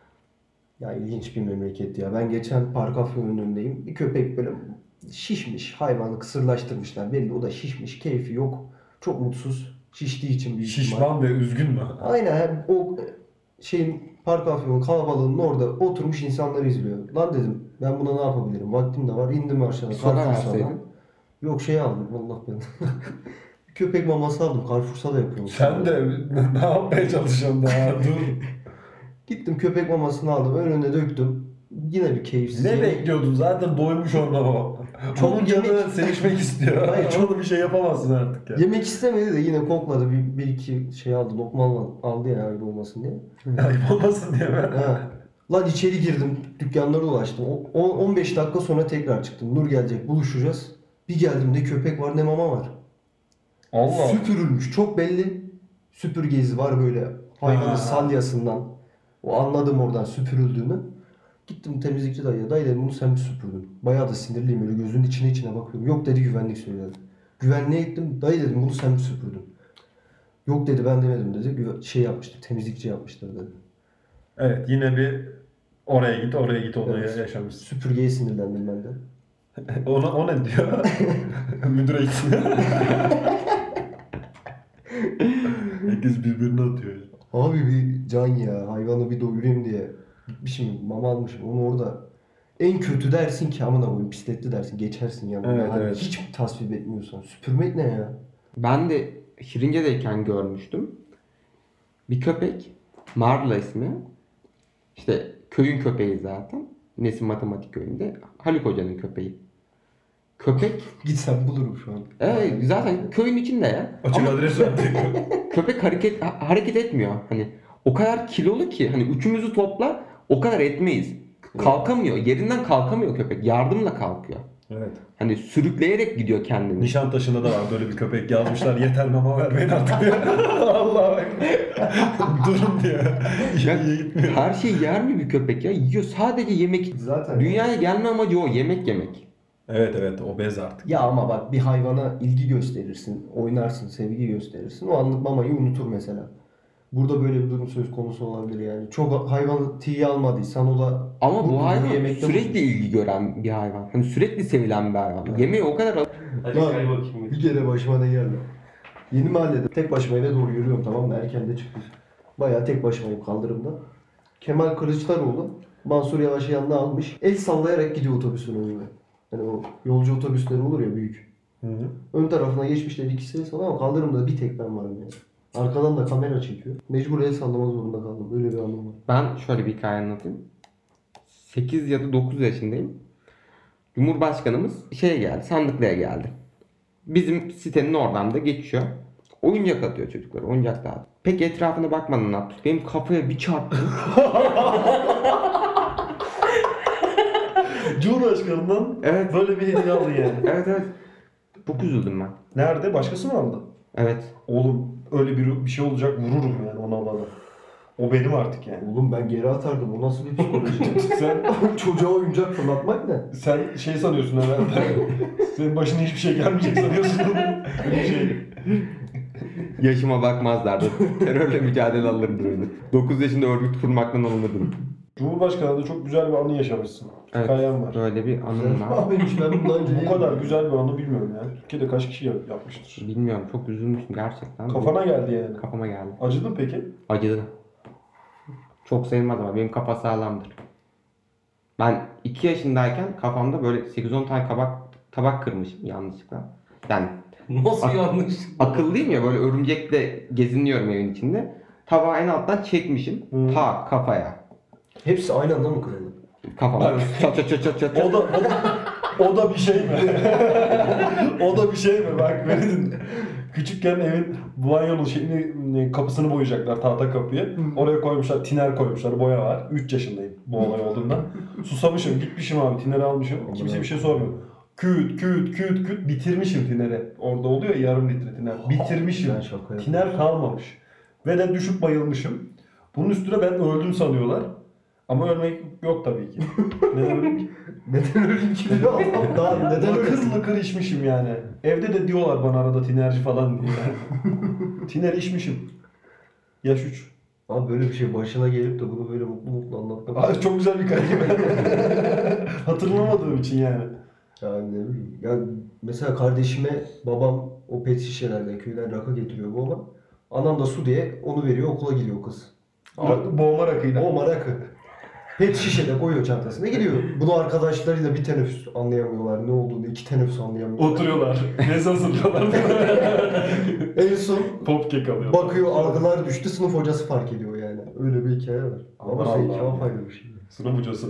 Ya ilginç bir memleket ya. Ben geçen park Afyon'un önündeyim. Bir köpek böyle şişmiş. Hayvanı kısırlaştırmışlar. Belli o da şişmiş. Keyfi yok. Çok mutsuz. Şiştiği için büyük ihtimal. Şişman ve üzgün mü? Aynen hem o şeyin park Afyon'un kalabalığının orada oturmuş insanları izliyor. Lan dedim ben buna ne yapabilirim? Vaktim de var. İndim aşağıya. Soda Carrefour'dan. verseydin. Yok şey aldım. Allah ben. Köpek maması aldım. Carrefour'da da yapıyorum. Sen de ne yapmaya çalışıyorsun daha? Dur. Gittim köpek mamasını aldım. Önüne döktüm. Yine bir keyifsiz. Ne yemek- bekliyordun? Zaten doymuş orada o. Çok Onun canı yemek- sevişmek istiyor. Hayır, çok- Onu bir şey yapamazsın artık ya. Yemek istemedi de yine kokladı. Bir, bir iki şey aldı. Lokma aldı, aldı yani ayıp olmasın diye. Ayıp olmasın diye mi? Ha. Lan içeri girdim. Dükkanları dolaştım. O- on- on beş dakika sonra tekrar çıktım. Nur gelecek, buluşacağız. Bir geldim, ne köpek var ne mama var. Allah. Süpürülmüş. Çok belli. Süpürgezi var böyle. Hayvanın Ha. salyasından. O anladım oradan süpürüldüğünü. Gittim temizlikçi dayıya. Dayı dedim bunu sen mi süpürdün? Bayağı da sinirliyim. Öyle gözünün içine içine bakıyorum. Yok dedi, güvenlik söyledi. Güvenliğe gittim. Dayı dedim bunu sen mi süpürdün? Yok dedi ben demedim dedi. Güve- şey yapmıştır. Temizlikçi yapmıştır dedi. Evet yine bir oraya git oraya git olayı Evet. yaşamışsın. Süpürgeye sinirlendim ben de. Ona, o ne diyor? Müdüre gitsin. Herkes birbirine atıyor. ya. Abi bir can ya. Hayvanı bir doyurayım diye. Gitmişim mama almışım. Onu orada en kötü dersin ki amına koyayım pisletli dersin. Geçersin yanına. Evet, Hani evet. hiç mi tasvip etmiyorsan. Süpürmek ne ya? Ben de Şirince'deyken görmüştüm. Bir köpek, Marla ismi. İşte köyün köpeği zaten. Nesin Matematik Köyü'nde. Haluk Hoca'nın köpeği. Köpek, Gitsem bulurum şu an. evet zaten köyün içinde ya. Açık Ama adres verdi. köpek hareket ha- hareket etmiyor. Hani o kadar kilolu ki hani üçümüzü topla o kadar etmeyiz. Kalkamıyor. Yerinden kalkamıyor köpek. Yardımla kalkıyor. Evet. Hani sürükleyerek gidiyor kendini. Nişantaşı'nda da var böyle bir köpek yazmışlar. Yeter mama vermeyin artık diyor. Allah bak. Durun diyor. Ya, İyi gitmiyor. her şeyi yer mi bir köpek ya? Yiyor sadece yemek. Zaten. Dünyaya gelme amacı o. Yemek yemek. Evet evet obez artık. Ya ama bak bir hayvana ilgi gösterirsin, oynarsın, sevgi gösterirsin. O anlık mamayı unutur mesela. Burada böyle bir durum söz konusu olabilir yani. Çok hayvanı tiye almadıysan o da Ama bu bunu hayvan yemekte sürekli ilgi gören bir hayvan. Hani sürekli sevilen bir hayvan. Yemeği o kadar Hadi kay bakayım. Bir kere başıma ne geldi? Yeni mahallede tek başıma eve doğru yürüyorum, tamam mı? Erken de çıkmış. Bayağı tek başımayım kaldırımda. Kemal Kılıçdaroğlu Mansur Yavaş'ı yanına almış. El sallayarak gidiyor otobüsün önüne. Hani o yolcu otobüsleri olur ya büyük. Hı hı. Ön tarafına geçmişler ikisi el sallıyor ama kaldırımda bir tek ben varım yani. Arkadan da kamera çekiyor. Mecbur el sallamak zorunda kaldım. Öyle bir anım var. Ben şöyle bir hikaye anlatayım. sekiz ya da dokuz yaşındayım. Cumhurbaşkanımız şeye geldi, sandıklıya geldi. Bizim sitenin oradan da geçiyor. Oyuncak atıyor çocuklara, oyuncak dağıtıyor. Pek etrafına bakmadan attı. Benim kafaya bir çarptı. Cumhurbaşkanından Evet. böyle bir hediye aldın yani. Evet evet. Çok üzüldüm ben. Nerede? Başkası mı aldı? Evet. Oğlum öyle bir bir şey olacak vururum yani ona alana. O benim artık yani. Oğlum ben geri atardım. O nasıl bir psikoloji? Sen Çocuğa oyuncak fırlatmak ne? sen şey sanıyorsun herhalde. Senin başına hiçbir şey gelmeyecek sanıyorsun. Bir şey. Yaşıma bakmazlardı. Terörle mücadele alırdım öyle. dokuz yaşında örgüt kurmaktan alınırdım. Cumhurbaşkanı'nda çok güzel bir anı yaşamışsın. Evet. Hikayem var. Böyle bir anım var. Abiymiş ben bundan önce Bu kadar güzel bir anı bilmiyorum ya. Türkiye'de kaç kişi yap- yapmıştır? Bilmiyorum, çok üzülmüştüm gerçekten. Kafana geldi yani. Kafama geldi. Acıdı mı peki? Acıdı. Çok sayılmaz ama benim kafa sağlamdır. Ben iki yaşındayken kafamda böyle sekiz on tane kabak tabak kırmışım yanlışlıkla. Yani Nasıl Ak- yanlış? akıllıyım ya, böyle örümcekle geziniyorum evin içinde. Tabağı en alttan çekmişim. Hı. Ta kafaya. Hepsi aynı anda mı kırıldı? Kafama. Bak. Çat çat çat çat çat. O da, o da, o da bir şey mi? O da bir şey mi? Bak beni dinle. Küçükken evin banyonun şeyini, kapısını boyayacaklar, tahta kapıyı. Oraya koymuşlar, tiner koymuşlar, boya var. üç yaşındayım bu olay olduğunda. Susamışım, gitmişim abi, tineri almışım. Kimse bir şey sormuyor. Küt küt küt küt bitirmişim tineri. Orada oluyor ya yarım litre tiner. Bitirmişim. Ben şaka yapıyorum. Tiner kalmamış. Ve de düşüp bayılmışım. Bunun üstüne ben öldüm sanıyorlar. Ama ölmek yok tabii ki. Neden öleyim ki? Neden öyle ki dedi adam daha neden öyle? Lıkır lıkır içmişim yani. Evde de diyorlar bana arada tinerci falan diye. Tiner içmişim. Yaş üç. Abi böyle bir şey başına gelip de bunu böyle mutlu mutlu anlatmak. Abi çok güzel bir hikaye. Hatırlamadığım için yani. Yani ne bileyim. Ya mesela kardeşime babam o pet şişelerden köyden rakı getiriyor baba. Anam da su diye onu veriyor, okula gidiyor kız. Ra- Boğma rakıyla. O rakı. Pet şişede koyuyor çantasına gidiyor. Bunu arkadaşlarıyla bir teneffüs anlayamıyorlar. Ne olduğunu iki teneffüs anlayamıyorlar. Oturuyorlar. Meze hazırlıyorlar. En son Pop kek alıyor. bakıyor algılar düştü, sınıf hocası fark ediyor yani. Öyle bir hikaye var. Ama Allah seninki Allah. apayrı bir şey. Sınıf hocası.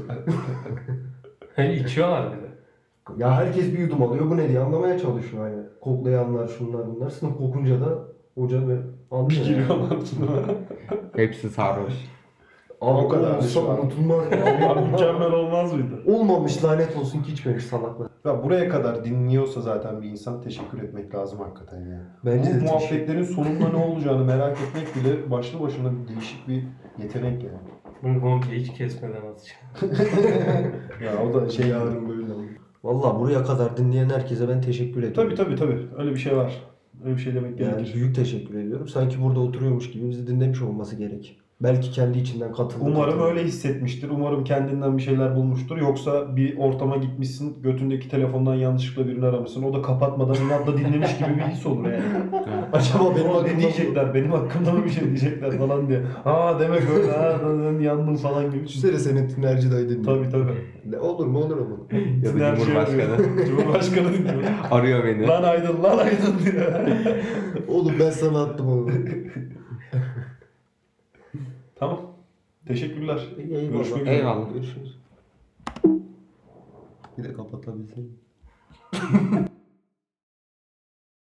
Hani içiyorlar bir de. Ya herkes bir yudum alıyor, bu ne diye anlamaya çalışıyor yani. Koklayanlar, şunlar bunlar. Sınıf kokunca da hoca ve Bir anlıyor. giriyorlar sınıfa. Hepsi sarhoş. Abi O kadar olsa düşün abi. unutulmaz. Ya mükemmel olmaz mıydı? Olmamış lanet olsun ki içmemiş salaklar. Ya buraya kadar dinliyorsa zaten bir insan teşekkür etmek lazım hakikaten ya. Bence Bu de teşekkür- muhabbetlerin sonunda ne olacağını merak etmek bile başlı başına bir değişik bir yetenek yani. Bunu komple hiç kesmeden atacağım. Ya o da şey yani. Yarın böyle olur. Valla buraya kadar dinleyen herkese ben teşekkür ediyorum. Tabii tabii tabii. Öyle bir şey var. Öyle bir şey demek Yani gerekir. büyük teşekkür ediyorum. Sanki burada oturuyormuş gibi bizi dinlemiş olması gerek. Belki kendi içinden katıldı. Umarım katıldı. öyle hissetmiştir. Umarım kendinden bir şeyler bulmuştur. Yoksa bir ortama gitmişsin, götündeki telefondan yanlışlıkla birini aramışsın. O da kapatmadan inatla dinlemiş gibi bir his olur yani. Acaba benim Ama ne hakkımda diyecekler, benim hakkımda mı bir şey diyecekler falan diye. Aa demek öyle, ha ben yandım falan gibi. Düşünsene senin tinerci dayı dinliyor. Tabii tabii. Ne olur mu olur mu? Ya da Tiner şey Cumhurbaşkanı. yapıyor. Cumhurbaşkanı dinliyor. Arıyor beni. Lan aydın, lan aydın diyor. Oğlum ben sana attım onu. Tamam. Teşekkürler. Eyvallah. Görüşmek üzere. Eyvallah. Görüşürüz. Bir de kapatabilseydim.